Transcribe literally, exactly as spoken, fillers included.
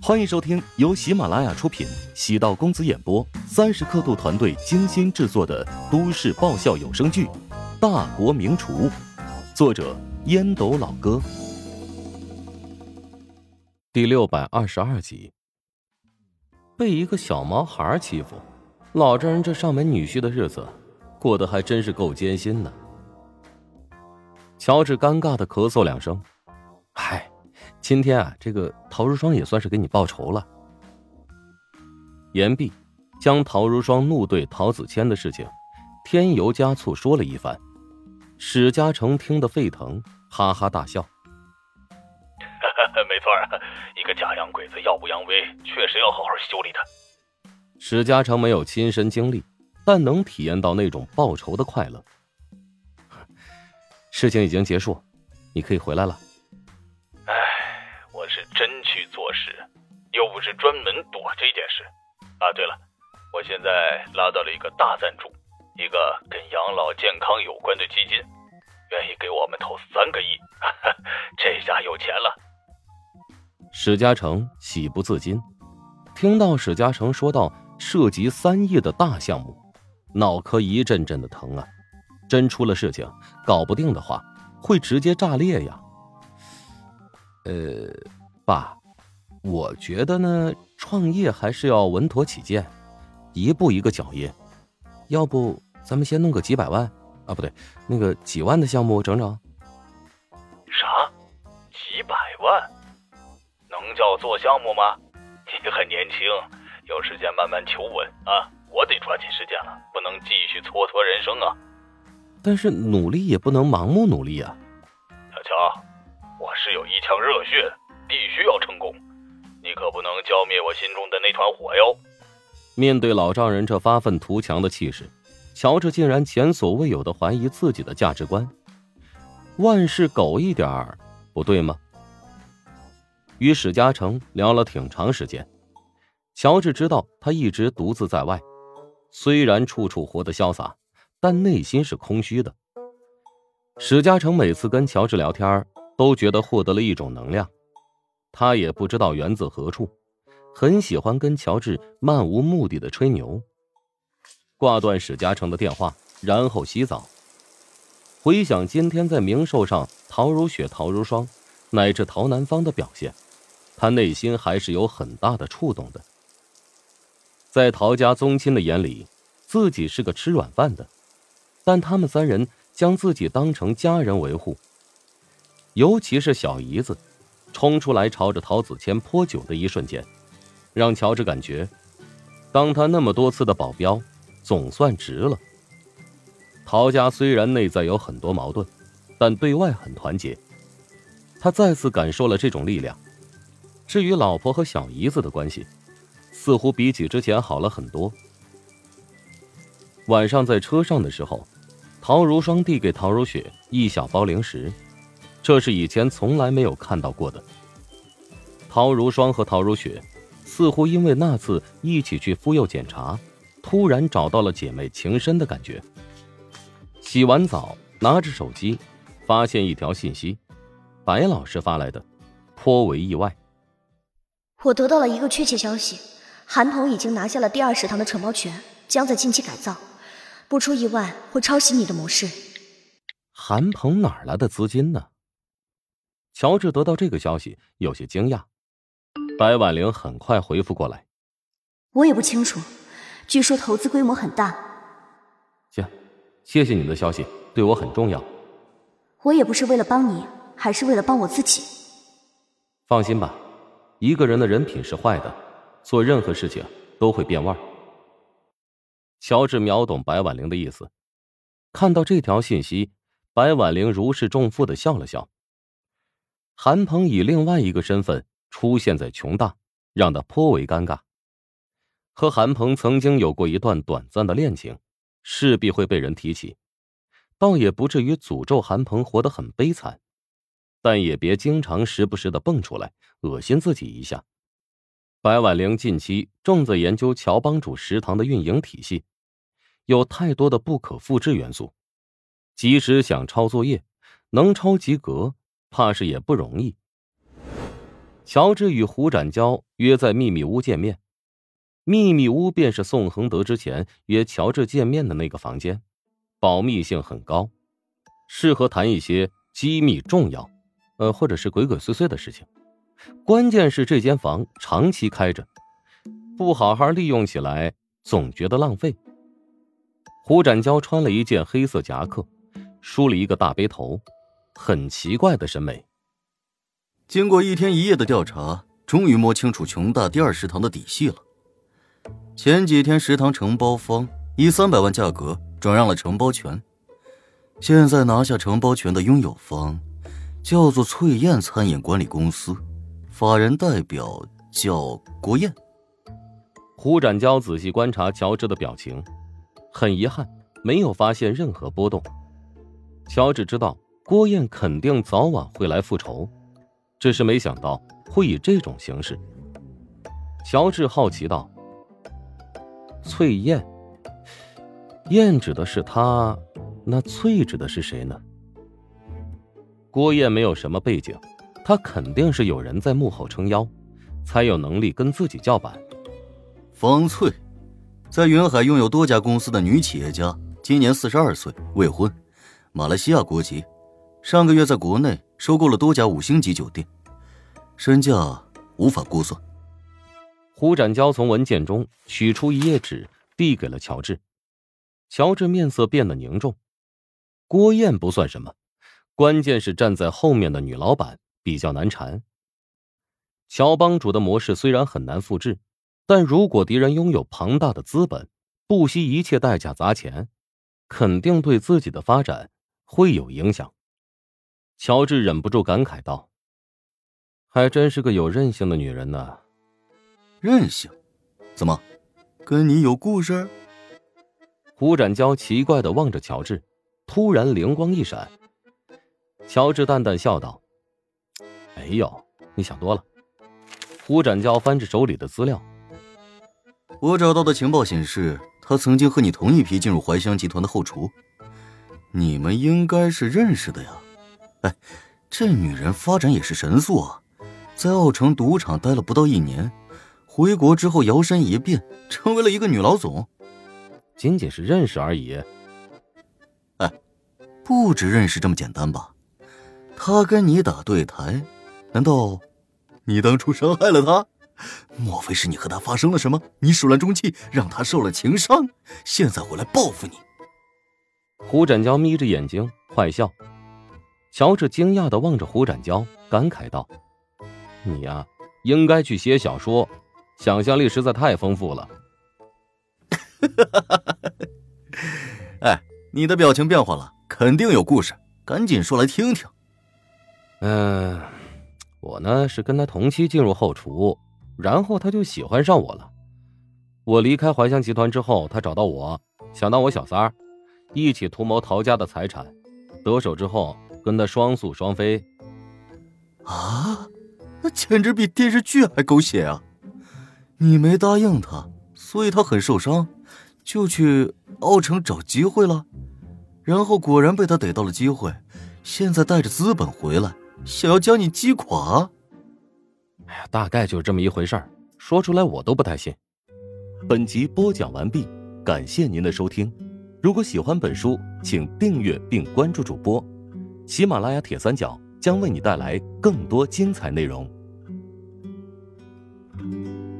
欢迎收听由喜马拉雅出品，喜道公子演播，三十刻度团队精心制作的都市爆笑有声剧《大国名厨》，作者烟斗老哥，第六百二十二集。被一个小毛孩欺负，老丈人这上门女婿的日子过得还真是够艰辛的。乔治尴尬的咳嗽两声，嗨，今天啊，这个陶如霜也算是给你报仇了。言毕，将陶如霜怒对陶子谦的事情添油加醋说了一番。史嘉诚听得沸腾，哈哈大笑。 没错啊，一个假洋鬼子耀武扬威，确实要好好修理他。 史嘉诚没有亲身经历，但能体验到那种报仇的快乐。事情已经结束，你可以回来了。 唉，我是真去做事，又不是专门躲这件事。啊，对了，我现在拉到了一个大赞助，一个跟养老健康有关的基金，愿意给我们投三个亿，这下有钱了。 史嘉诚喜不自禁，听到史嘉诚说到涉及三亿的大项目，脑壳一阵阵的疼啊！真出了事情，搞不定的话，会直接炸裂呀。呃，爸，我觉得呢，创业还是要稳妥起见，一步一个脚印。要不咱们先弄个几百万啊，不对，那个几万的项目整整。 啥？几百万？能叫做项目吗？你很年轻，有时间慢慢求稳啊！我得抓紧时间了，不能继续蹉跎人生啊！ 但是努力也不能盲目努力啊。 小乔，我是有一腔热血，必须要成功，你可不能浇灭我心中的那团火哟。 面对老丈人这发愤图强的气势，乔治竟然前所未有的怀疑自己的价值观。万事苟一点儿，不对吗？与史嘉诚聊了挺长时间，乔治知道他一直独自在外，虽然处处活得潇洒，但内心是空虚的。史嘉诚每次跟乔治聊天，都觉得获得了一种能量，他也不知道源自何处，很喜欢跟乔治漫无目的的吹牛。挂断史嘉诚的电话，然后洗澡。回想今天在明寿上陶如雪、陶如霜乃至陶南方的表现，他内心还是有很大的触动的。在陶家宗亲的眼里，自己是个吃软饭的，但他们三人将自己当成家人维护。尤其是小姨子冲出来朝着陶子谦泼酒的一瞬间，让乔治感觉当他那么多次的保镖总算值了。陶家虽然内在有很多矛盾，但对外很团结，他再次感受了这种力量。至于老婆和小姨子的关系，似乎比起之前好了很多。晚上在车上的时候，陶如霜递给陶如雪一小包零食，这是以前从来没有看到过的。陶如霜和陶如雪似乎因为那次一起去妇幼检查，突然找到了姐妹情深的感觉。洗完澡，拿着手机，发现一条信息，白老师发来的，颇为意外。 我得到了一个确切消息，韩鹏已经拿下了第二食堂的承包权，将在近期改造，不出意外会抄袭你的模式。 韩鹏哪来的资金呢？乔治得到这个消息有些惊讶。白婉玲很快回复过来， 我也不清楚，据说投资规模很大。 行，谢谢你的消息，对我很重要。 我也不是为了帮你，还是为了帮我自己。 放心吧，一个人的人品是坏的，做任何事情都会变味儿。乔治秒懂白婉玲的意思，看到这条信息，白婉玲如释重负地笑了笑。韩鹏以另外一个身份出现在琼大，让他颇为尴尬。和韩鹏曾经有过一段短暂的恋情，势必会被人提起，倒也不至于诅咒韩鹏活得很悲惨，但也别经常时不时的蹦出来恶心自己一下。白婉玲近期正在研究乔帮主食堂的运营体系，有太多的不可复制元素，即使想抄作业，能抄及格，怕是也不容易。 乔治与胡展娇约在秘密屋见面，秘密屋便是宋恒德之前约乔治见面的那个房间，保密性很高，适合谈一些机密重要，呃，或者是鬼鬼祟祟的事情。关键是这间房长期开着，不好好利用起来，总觉得浪费。胡展娇穿了一件黑色夹克，梳了一个大背头，很奇怪的审美。 经过一天一夜的调查，终于摸清楚琼大第二食堂的底细了。前几天食堂承包方以三百万价格转让了承包权，现在拿下承包权的拥有方叫做翠燕餐饮管理公司，法人代表叫郭燕。 胡展娇仔细观察乔治的表情，很遗憾没有发现任何波动。乔治知道郭燕肯定早晚会来复仇，只是没想到会以这种形式。乔治好奇道：翠燕，燕指的是他，那翠指的是谁呢？郭燕没有什么背景，他肯定是有人在幕后撑腰，才有能力跟自己叫板。 方翠，在云海拥有多家公司的女企业家，今年四十二岁，未婚，马来西亚国籍，上个月在国内收购了多家五星级酒店，身价无法估算。 胡展娇从文件中取出一页纸，递给了乔治。乔治面色变得凝重。郭燕不算什么，关键是站在后面的女老板比较难缠。乔帮主的模式虽然很难复制，但如果敌人拥有庞大的资本，不惜一切代价砸钱，肯定对自己的发展会有影响。乔治忍不住感慨道：还真是个有韧性的女人呢。 韧性？怎么，跟你有故事？ 胡展娇奇怪地望着乔治，突然灵光一闪。乔治淡淡笑道：没有，你想多了。胡展娇翻着手里的资料， 我找到的情报显示，他曾经和你同一批进入怀香集团的后厨，你们应该是认识的呀。哎，这女人发展也是神速啊，在奥城赌场待了不到一年，回国之后摇身一变成为了一个女老总。 仅仅是认识而已。 哎，不止认识这么简单吧？她跟你打对台，难道你当初伤害了她？莫非是你和她发生了什么？你始乱终弃，让她受了情伤，现在回来报复你？ 胡展娇眯着眼睛坏笑。乔治惊讶地望着胡展娇，感慨道：你呀，应该去写小说，想象力实在太丰富了。 哎，你的表情变化了，肯定有故事，赶紧说来听听。 嗯、呃，我呢是跟他同期进入后厨，然后他就喜欢上我了。我离开怀香集团之后，他找到我，想当我小三儿，一起图谋陶家的财产，得手之后跟他双宿双飞。 啊，那简直比电视剧还狗血啊！你没答应他，所以他很受伤，就去奥城找机会了，然后果然被他逮到了机会，现在带着资本回来，想要将你击垮。 哎呀，大概就是这么一回事儿，说出来我都不太信。 本集播讲完毕，感谢您的收听。如果喜欢本书，请订阅并关注主播。喜马拉雅铁三角将为你带来更多精彩内容。